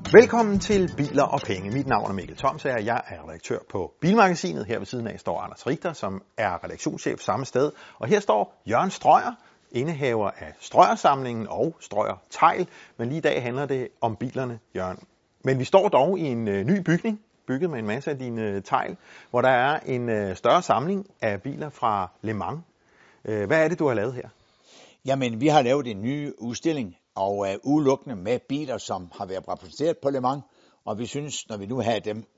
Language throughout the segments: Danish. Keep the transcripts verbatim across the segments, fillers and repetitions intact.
Velkommen til Biler og Penge. Mit navn er Mikkel Thomsager. Jeg er redaktør på Bilmagasinet. Her ved siden af står Anders Richter, som er redaktionschef samme sted. Og her står Jørgen Strøjer, indehaver af Strøjer-samlingen og Strøjer Tegl. Men lige i dag handler det om bilerne, Jørgen. Men vi står dog i en øh, ny bygning, bygget med en masse af dine tegl, hvor der er en øh, større samling af biler fra Le Mans. Øh, hvad er det, du har lavet her? Jamen, vi har lavet en ny udstilling, og uh, udelukkende med biler, som har været repræsenteret på Le Mans. Og vi synes, når vi nu har dem,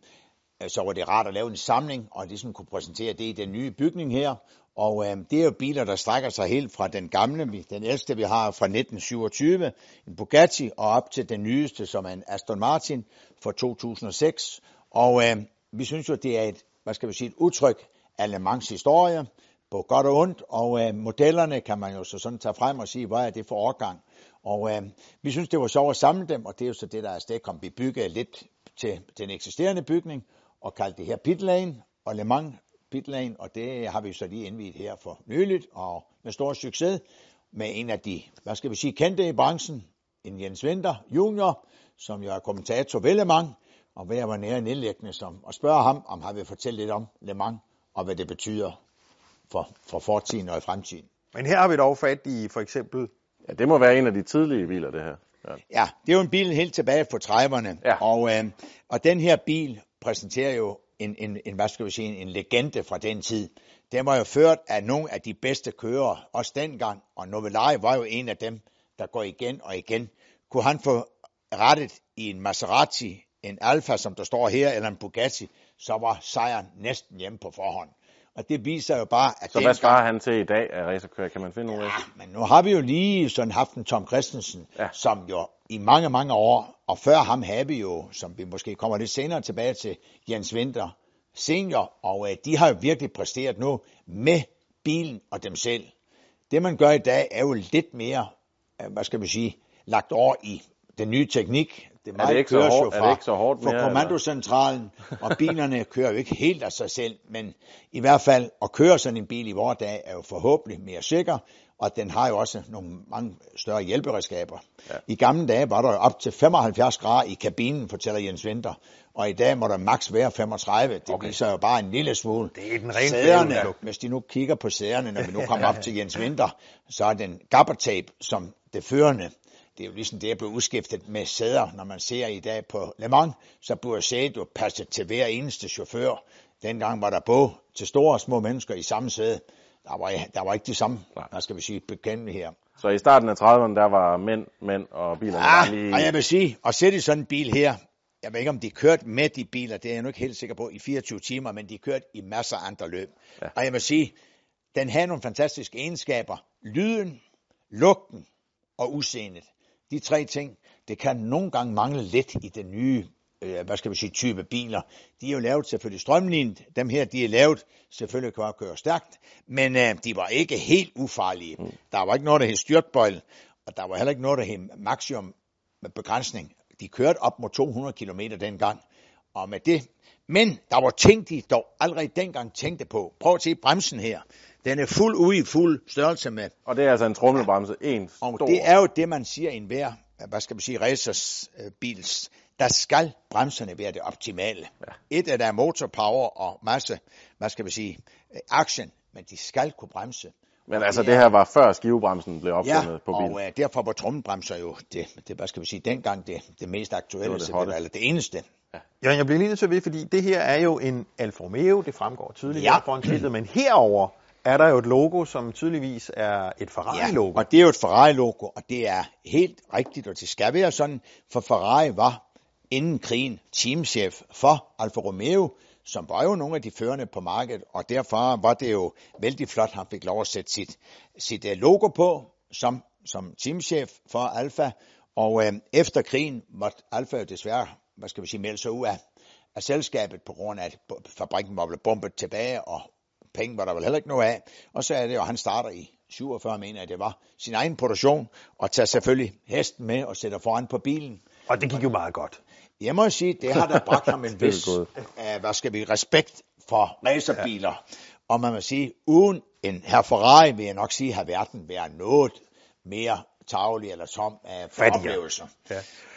så var det rart at lave en samling, og ligesom kunne præsentere det i den nye bygning her. Og uh, det er jo biler, der strækker sig helt fra den gamle, den ældste vi har fra nitten syvogtyve, en Bugatti, og op til den nyeste, som er en Aston Martin fra to tusind og seks. Og uh, vi synes jo, det er et, hvad skal vi sige, et udtryk af Le Mans historie, på godt og ondt, og øh, modellerne kan man jo så sådan tage frem og sige, hvad er det for årgang. Og øh, vi synes, det var sjovt at samle dem, og det er jo så det, der er afstedkom. Vi bygger lidt til den eksisterende bygning, og kaldte det her Pit Lane, og Le Mans Pit Lane, og det har vi så lige indviet her for nyligt, og med stor succes, med en af de, hvad skal vi sige, kendte i branchen, en Jens Winther junior, som jo er kommentator ved Le Mans, og ved at være nære nedlæggende, som, og spørge ham, om han vil fortælle lidt om Le Mans, og hvad det betyder for, for fortiden og i fremtiden. Men her har vi dog fat i for eksempel... Ja, det må være en af de tidlige biler, det her. Ja, ja, det er jo en bil helt tilbage fra trediverne. Ja. Og, øh, og den her bil præsenterer jo en, en, en, hvad skal vi sige, en legende fra den tid. Den var jo ført af nogle af de bedste kørere, også dengang. Og Novelai var jo en af dem, der går igen og igen. Kunne han få rettet i en Maserati, en Alfa, som der står her, eller en Bugatti, så var sejren næsten hjemme på forhånd. Og det viser jo bare, at... Så hvad svarer han til i dag af racerkører? Kan man finde nogle af ja, men nu har vi jo lige sådan haft en Tom Christensen, ja. Som jo i mange, mange år, og før ham har vi jo, som vi måske kommer lidt senere tilbage til, Jens Winther senior, og øh, de har jo virkelig præsteret nu med bilen og dem selv. Det man gør i dag er jo lidt mere, øh, hvad skal vi sige, lagt over i den nye teknik. Det er, det ikke så hårdt, fra, er det ikke så hårdt mere? Fra kommandocentralen, og bilerne kører jo ikke helt af sig selv, men i hvert fald at køre sådan en bil i vores dag er jo forhåbentlig mere sikker, og den har jo også nogle mange større hjælperedskaber. Ja. I gamle dage var der jo op til femoghalvfjerds grader i kabinen, fortæller Jens Winther, og i dag må der maks være femogtredive. Det okay. Viser jo bare en lille smule. Det er den rene sæderne, hvis de nu kigger på sæderne, når vi nu kommer op til Jens Winther, så er den gabbertape som det førende. Det er jo ligesom det, at blive udskiftet med sæder, når man ser i dag på Le Mans, så burde sædet jo passe til hver eneste chauffør. Dengang var der både til store og små mennesker i samme sæde. Der var, der var ikke de samme, hvad skal vi sige, bekendte her. Så i starten af trediverne, der var mænd, mænd og bilerne ja, var lige... og jeg vil sige, at sætte i sådan en bil her, jeg ved ikke, om de kørte med de biler, det er jeg nu ikke helt sikker på, i fireogtyve timer, men de kørte i masser af andre løb. Ja. Og jeg vil sige, den havde nogle fantastiske egenskaber. Lyden, lugten og udseendet. De tre ting, det kan nogle gange mangle lidt i den nye, øh, hvad skal vi sige, type biler. De er jo lavet selvfølgelig strømlignet. Dem her, de er lavet selvfølgelig kan køre stærkt, men øh, de var ikke helt ufarlige. Mm. Der var ikke noget, der hed styrtbøjle, og der var heller ikke noget, der hed maksimum med begrænsning. De kørte op mod to hundrede kilometer dengang, og med det. Men der var ting, de dog allerede dengang tænkte på. Prøv at se bremsen her. Den er fuld ude i fuld størrelse med. Og det er altså en tromlebremse, en stor. Og det er jo det, man siger i enhver, hvad skal man sige, racersbils. Der skal bremserne være det optimale. Ja. Et er der motorpower og masse, hvad skal man sige, action, men de skal kunne bremse. Men altså, det her var før skivebremsen blev opfundet ja, på bilen. og uh, derfor var tromlebremser jo det, det, hvad skal vi sige, dengang det, det mest aktuelle, det, det, eller det eneste. Ja. Ja, jeg bliver lige nødt til at vide, fordi det her er jo en Alfa Romeo, det fremgår tydeligt ja. foran skiltet, men herover er der jo et logo, som tydeligvis er et Ferrari-logo. Ja, og det er jo et Ferrari-logo, og det er helt rigtigt, og det skal være sådan, for Ferrari var inden krigen teamchef for Alfa Romeo, som var jo nogle af de førende på markedet, og derfor var det jo vældig flot, at han fik lov at sætte sit, sit logo på som, som teamchef for Alfa, og øh, efter krigen måtte Alfa jo desværre, hvad skal vi sige, melde sig ud af, af selskabet, på grund af, at fabrikken var blevet bombet tilbage, og penge var der vel heller ikke noget af, og så er det jo, han starter i syvogfyrre, mener jeg, det var sin egen produktion, og tager selvfølgelig hesten med og sætter foran på bilen. Og det gik jo meget godt. Jeg må sige, det har der bragt ham en vis, uh, hvad skal vi, respekt for racerbiler. Ja. Og man må sige, uden en herr Ferrari, vil jeg nok sige, har verden været noget mere tavlig eller tom af uh, oplevelser. Ja.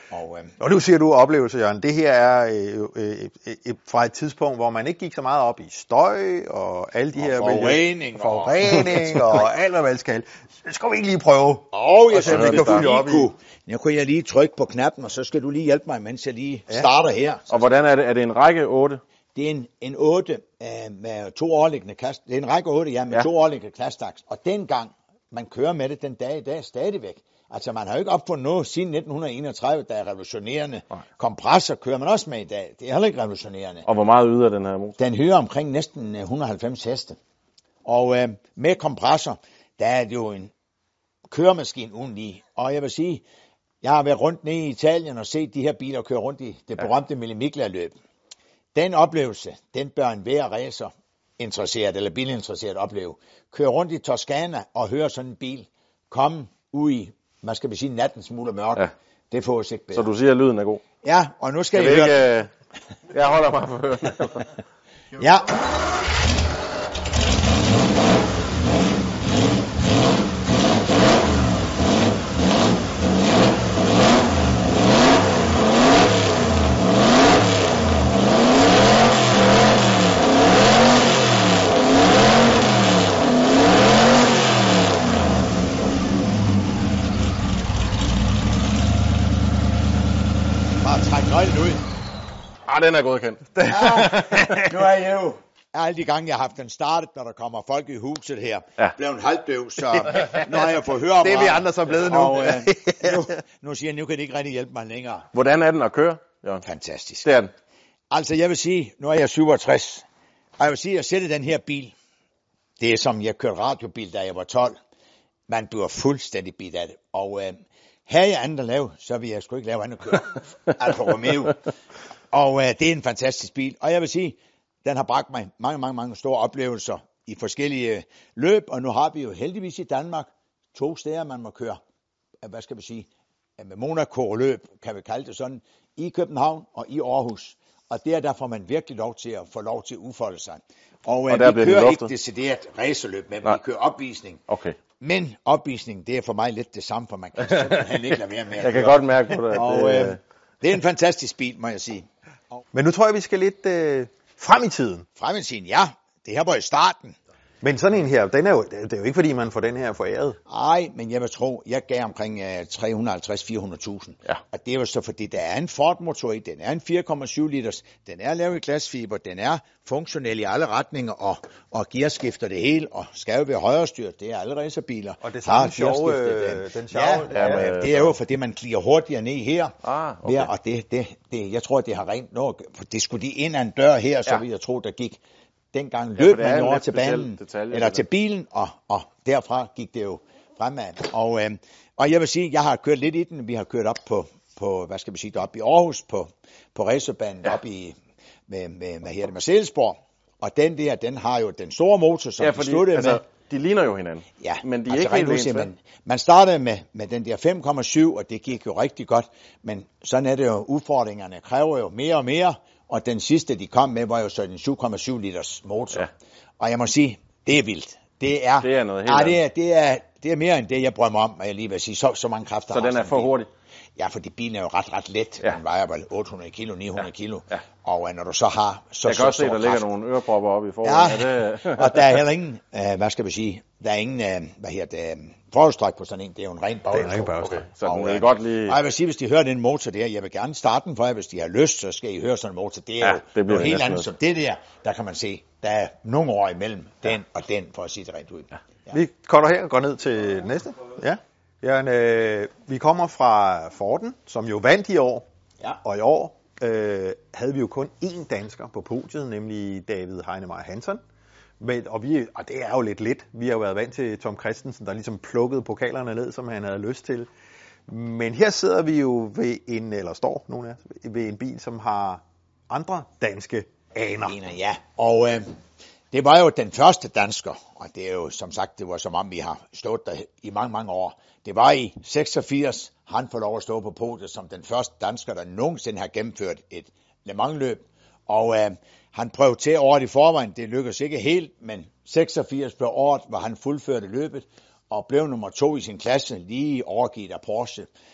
Og, øh, og nu siger du oplevelse, Jørgen. Det her er øh, øh, øh, fra et tidspunkt, hvor man ikke gik så meget op i støj og alle de og her forurening, miljø, forurening og, og alt, hvad man skal. Det skal vi ikke lige prøve. Og jeg, og synes, det kan kan lige op kunne, jeg kunne jeg lige trykke på knappen, og så skal du lige hjælpe mig, mens jeg lige ja. starter her. Og hvordan er det? Er det en række otte? Det er en, en otte øh, med to overliggende kast. Det er en række otte, ja, med ja. to overliggende kastaks. Og dengang man kører med det den dag i dag stadigvæk. Altså man har jo ikke opfundet noget siden nitten enogtredive, der er revolutionerende. Nej. Kompressor kører man også med i dag. Det er heller ikke revolutionerende. Og hvor meget yder den her motor? Den hører omkring næsten et hundrede og halvfems heste. Og øh, med kompressor, der er det jo en køremaskine uden lige. Og jeg vil sige, jeg har været rundt nede i Italien og set de her biler køre rundt i det berømte Mille-Miglia-løb. Den oplevelse, den bør en hver racer interesseret eller bilinteresseret opleve. Køre rundt i Toskana og høre sådan en bil komme ud i, hvad skal vi sige, nattens smule mørke. Ja. Det får os ikke bedre. Så du siger, at lyden er god? Ja, og nu skal jeg I høre... Ikke, øh... Jeg holder mig for hørende. Ja. Træk nøglen ud. Ah, den er godkendt. Ja, nu er jeg jo alle de gange, jeg har haft den startet, når der kommer folk i huset her, ja. Blevet halvdøv, så nu har jeg fået høre det er vi andre så blevet nu. Og, øh, nu. Nu siger jeg, nu kan de ikke rigtig hjælpe mig længere. Hvordan er den at køre, Jørgen? Fantastisk. Det er den. Altså, jeg vil sige, nu er jeg syvogtres, og jeg vil sige, at jeg sætter den her bil, det er som jeg kørte radiobil, da jeg var tolv. Man bliver fuldstændig bidt af det. Og øh, havde jeg andet at lave, så ville jeg sgu ikke lave andet at køre. Alfa Romeo. Og øh, det er en fantastisk bil. Og jeg vil sige, den har bragt mig mange, mange, mange store oplevelser i forskellige løb. Og nu har vi jo heldigvis i Danmark to steder, man må køre. Hvad skal vi sige? Med Monaco-løb, kan vi kalde det sådan. I København og i Aarhus. Og det er derfor, man virkelig lov til at få lov til at udfolde sig. Og, og øh, vi kører ikke decideret racerløb med, men vi kører opvisning. Okay. Men opvisning, det er for mig lidt det samme, for man kan simpelthen ikke lade være med at Jeg kan køre. godt mærke på det. Og øh, det er en fantastisk bil, må jeg sige. Men nu tror jeg, vi skal lidt øh, frem i tiden. Frem i tiden, ja. Det her var i starten. Men sådan en her, den er jo, det er jo ikke fordi, man får den her foræret. Nej, men jeg vil tro, jeg gav omkring uh, tre hundrede og halvtreds til fire hundrede tusind. Ja. Og det er jo så, fordi der er en Ford-motor i, den er en fire komma syv liters, den er lavet i glasfiber, den er funktionel i alle retninger, og, og gearskifter det hele, og skal jo være højrestyret, det er alle racerbiler. Og det samme sjove, øh, den sjove. Ja, ja, ja, det er jo fordi, man kliger hurtigere ned her. Ah, okay. Der, og det, det, det, jeg tror, det har rent noget, for det skulle de ind ad en dør her, så ja. Vil jeg tro, der gik. Dengang løb ja, man over til banen, detalje, eller til bilen, og, og derfra gik det jo fremad. Og, øh, og jeg vil sige, jeg har kørt lidt i den. Vi har kørt op på, på hvad skal vi sige, deroppe i Aarhus, på, på racerbanen, ja. Op i, med, med, med her det Mercedesborg. Og den der, den har jo den store motor, som ja, fordi, sluttede altså, med. De ligner jo hinanden, ja, men de er altså, ikke helt ens. Man, man startede med, med den der fem komma syv, og det gik jo rigtig godt. Men sådan er det jo, udfordringerne kræver jo mere og mere. Og den sidste, de kom med, var jo så den syv komma syv liters motor. Ja. Og jeg må sige, det er vildt. Det er, det er noget helt ah, det er, det er, det er mere end det, jeg brømmer om, og jeg lige vil sige. Så, så mange kræfter. Så den er for hurtig? Ja, fordi bilen er jo ret, ret let. Ja. Den vejer vel otte hundrede kilo, ni hundrede ja. Kilo. Ja. Og når du så har så jeg kan så, også se, der kraft, ligger nogle ørepropper oppe i forvejen. Ja, ja det... og der er heller ingen, uh, hvad skal vi sige, der er ingen, uh, hvad hedder det, uh, forholdstræk på sådan en. Det er jo en ren baghjulstræk. Okay. Så den vil godt lige... Og jeg vil sige, hvis de hører den motor der, jeg vil gerne starte den for jer, hvis de har lyst, så skal I høre sådan en motor. Det er ja, jo det noget helt andet som det der. Der kan man se, der er nogle år imellem den ja. Og den, for at sige det rent ud. Ja. Ja. Vi cutter her og går ned til næste. Ja. Jørgen, øh, vi kommer fra Forden, som jo vandt i år, ja. Og i år øh, havde vi jo kun én dansker på podiet, nemlig David Heinemeier Hansson. Men, og, vi, og det er jo lidt lidt. Vi har jo været vant til Tom Kristensen, der ligesom plukkede pokalerne ned, som han havde lyst til. Men her sidder vi jo ved en, eller står nogen af ved en bil, som har andre danske aner. Aner, ja. Og øh, det var jo den første dansker, og det er jo som sagt, det var som om vi har stået der i mange, mange år. Det var i seksogfirs, han får lov at stå på podiet som den første dansker, der nogensinde har gennemført et Le Mans-løb. Og øh, han prøvede til året i forvejen, det lykkedes ikke helt, men seksogfirs blev året, hvor han fuldførte løbet og blev nummer to i sin klasse, lige overgivet af Porsche.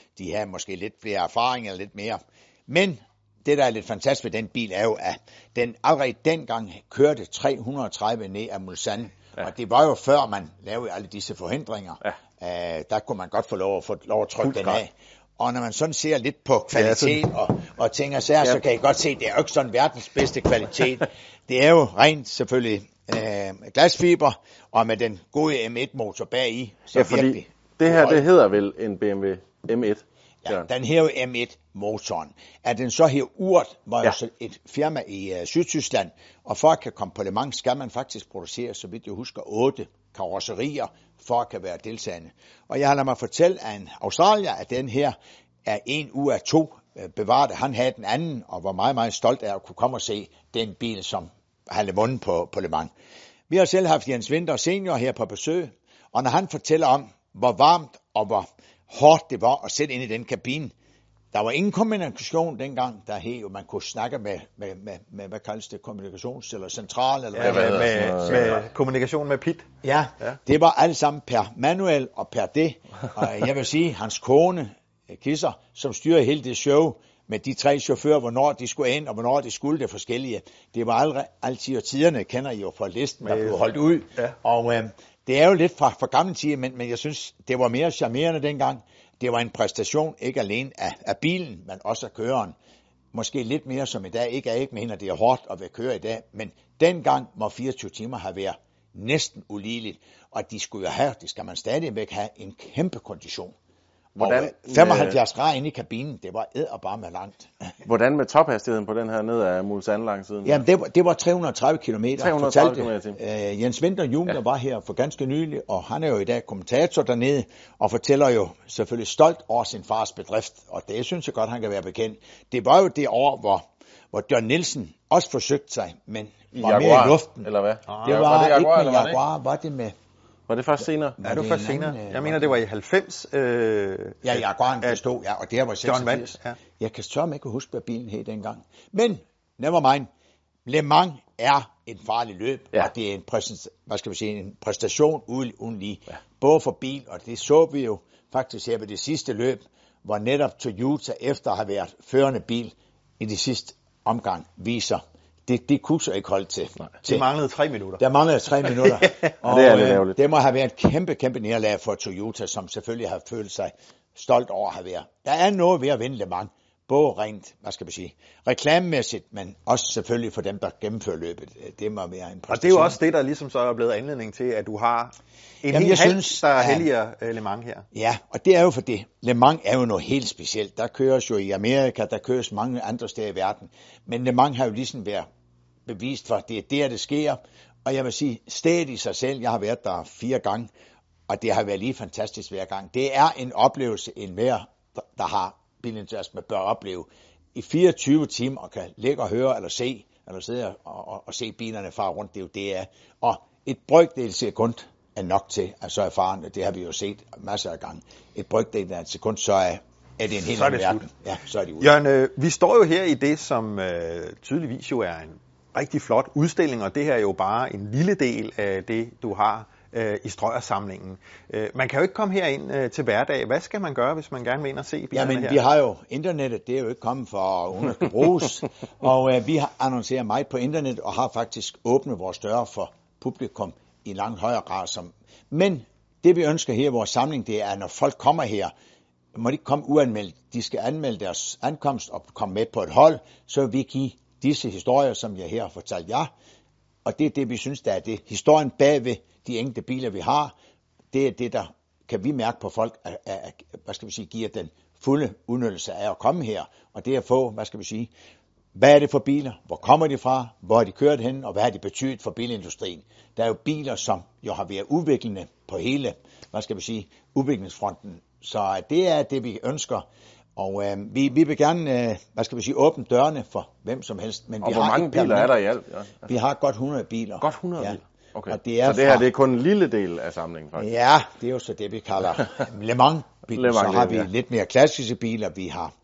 de har måske lidt flere erfaring eller lidt mere. Men det, der er lidt fantastisk ved den bil, er jo, at den allerede dengang kørte tre hundrede og tredive ned af Mulsanne. Ja. Og det var jo før man lavede alle disse forhindringer. Ja. Uh, der kunne man godt få lov at, få lov at trykke den af. Og når man sådan ser lidt på kvalitet ja, og, og ting og sager, ja. så kan I godt se, at det er jo ikke sådan verdens bedste kvalitet. Det er jo rent selvfølgelig uh, glasfiber, og med den gode M et motor bag i. Så ja, fordi virkelig, det her, det hedder vel en B M W M et? Ja, den her jo M et motoren. Er den så her Urt, var ja. jo et firma i uh, Sydtyskland, og for at kan komme på Le Mans, skal man faktisk producere, så vidt jeg husker, otte karosserier, for at kan være deltagende. Og jeg har ladet mig fortælle af en australier, at den her er en ud af to uh, bevaret. Han havde den anden, og var meget, meget stolt af at kunne komme og se den bil, som han havde vundet på, på Le Mans. Vi har selv haft Jens Winther senior her på besøg, og når han fortæller om, hvor varmt og hvor hårdt det var at sætte ind i den kabine. Der var ingen kommunikation dengang, der hed jo, man kunne snakke med, med, med, med hvad kaldes det, kommunikations- eller central, eller ja, hvad med, med, med kommunikation med Pit. Ja, ja, det var alt sammen per manuel og per det. Og jeg vil sige, hans kone, Kisser, som styrer hele det show, med de tre chauffører, hvornår de skulle ind, og hvornår de skulle det forskellige. Det var aldrig, altid, og tiderne kender I jo fra listen, der blev holdt ud. Ja. Og øh, det er jo lidt fra, fra gamle tider, men, men jeg synes, det var mere charmerende dengang. Det var en præstation, ikke alene af, af bilen, men også af køreren. Måske lidt mere som i dag. Ikke, jeg ikke mener, det er hårdt at være køre i dag, men dengang må fireogtyve timer have været næsten uligeligt. Og de skulle jo have, det skal man stadigvæk have, en kæmpe kondition. Hvordan, og femoghalvfjerds grader inde i kabinen, det var edderbarme langt. Hvordan med tophastigheden på den her ned af Mulsanne lang siden? Jamen, det var, det var tre hundrede og tredive kilometer. tre hundrede og tredive kilometer. Uh, Jens Winther junior ja. var her for ganske nylig, og han er jo i dag kommentator dernede, og fortæller jo selvfølgelig stolt over sin fars bedrift, og det synes jeg godt, han kan være bekendt. Det var jo det år, hvor, hvor John Nielsen også forsøgte sig, men I var Jaguar, mere i luften. Eller hvad? Ah, det var, var det Jaguar, ikke med Jaguar, var det med... Var det først senere? Ja, det var først senere. Jeg mener, det var i halvfems. Øh, ja, Jaguaren bestod, ja, og det her var seksogfirs. Ja. Jeg kan sørge ikke huske, hvad bilen hed dengang. Men, never mind. Le Mans er en farlig løb, ja. og det er en, præst, hvad skal vi sige, en præstation uden, uden lige. Ja. Både for bil, og det så vi jo faktisk her ved det sidste løb, hvor netop Toyota, efter at have været førende bil i det sidste omgang, viser, Det, det kunne så ikke holde til. Nej, det manglede tre minutter. Der manglede tre minutter. Og det er lidt ærgerligt. Det må have været et kæmpe, kæmpe nederlag for Toyota, som selvfølgelig har følt sig stolt over at have været. Der er noget ved at vinde Le Mans. Både rent, hvad skal man sige, reklamemæssigt, men også selvfølgelig for dem, der gennemfører løbet. Det må være en præstation. Og det er jo også det, der ligesom så er blevet anledning til, at du har en Jamen, hel synes, der er helliger ja, Le Mans her. Ja, og det er jo for det. Le Mans er jo noget helt specielt. Der køres jo i Amerika, der køres mange andre steder i verden. Men Le Mans har jo ligesom været bevist for, at det er der, det sker. Og jeg vil sige, stedet i sig selv, jeg har været der fire gange, og det har været lige fantastisk hver gang. Det er en oplevelse, en hver, der har bilentusiasme, bør opleve i fireogtyve timer, og kan ligge og høre, eller se, eller sidde og, og, og se bilerne fare rundt. Det er jo det, er. Og et brøkdel sekund er nok til, at så erfaren, det har vi jo set masser af gange. Et brøkdel af et sekund, så er, er det en helt anden verden. Ja, så er det ude. Jørgen, øh, vi står jo her i det, som øh, tydeligvis jo er en rigtig flot udstilling, og det her er jo bare en lille del af det, du har øh, i Strøjer-samlingen. Øh, man kan jo ikke komme herind øh, til hverdag. Hvad skal man gøre, hvis man gerne vil ind og se bilerne Jamen, her? vi har jo internettet, det er jo ikke kommet for, at hun skal bruges, og øh, vi har annonceret meget på internet, og har faktisk åbnet vores døre for publikum i langt højere grad. Som. Men det vi ønsker her i vores samling, det er, når folk kommer her, må de ikke komme uanmeldt. De skal anmelde deres ankomst og komme med på et hold, så vi give disse historier, som jeg her har fortalt jer, og det er det, vi synes, der er det. Historien bagved de enkelte biler, vi har, det er det, der kan vi mærke på folk, at, at, hvad skal vi sige, giver den fulde udnyttelse af at komme her, og det er at få, hvad skal vi sige, hvad er det for biler, hvor kommer de fra, hvor har de kørt hen, og hvad har de betydet for bilindustrien. Der er jo biler, som jo har været udviklende på hele, hvad skal vi sige, udviklingsfronten, så det er det, vi ønsker. Og øh, vi, vi vil gerne, øh, hvad skal vi sige, åbne dørene for hvem som helst. Men og vi hvor har mange biler er der i alt? Ja. Vi har godt hundrede biler. Godt hundrede ja. biler? Okay. Og det er så det her fra, det er kun en lille del af samlingen, faktisk? Ja, det er jo så det, vi kalder Le Mans-biler. Så har vi ja. lidt mere klassiske biler. Vi har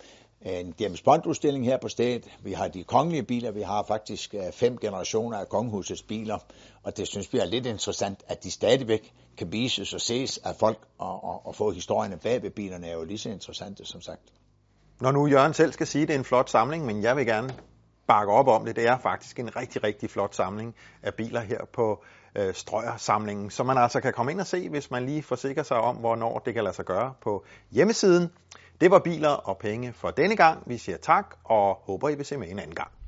en James Bond-udstilling her på stedet. Vi har de kongelige biler. Vi har faktisk fem generationer af kongehusets biler. Og det synes vi er lidt interessant, at de stadigvæk kan vises og ses af folk, og, og, og få historierne bag ved bilerne er jo lige så interessante, som sagt. Når nu Jørgen selv skal sige, at det er en flot samling, men jeg vil gerne bakke op om det. Det er faktisk en rigtig, rigtig flot samling af biler her på øh, Strøjer-samlingen, som man altså kan komme ind og se, hvis man lige forsikrer sig om, hvornår det kan lade sig gøre på hjemmesiden. Det var Biler og Penge for denne gang. Vi siger tak og håber, I vil se med en anden gang.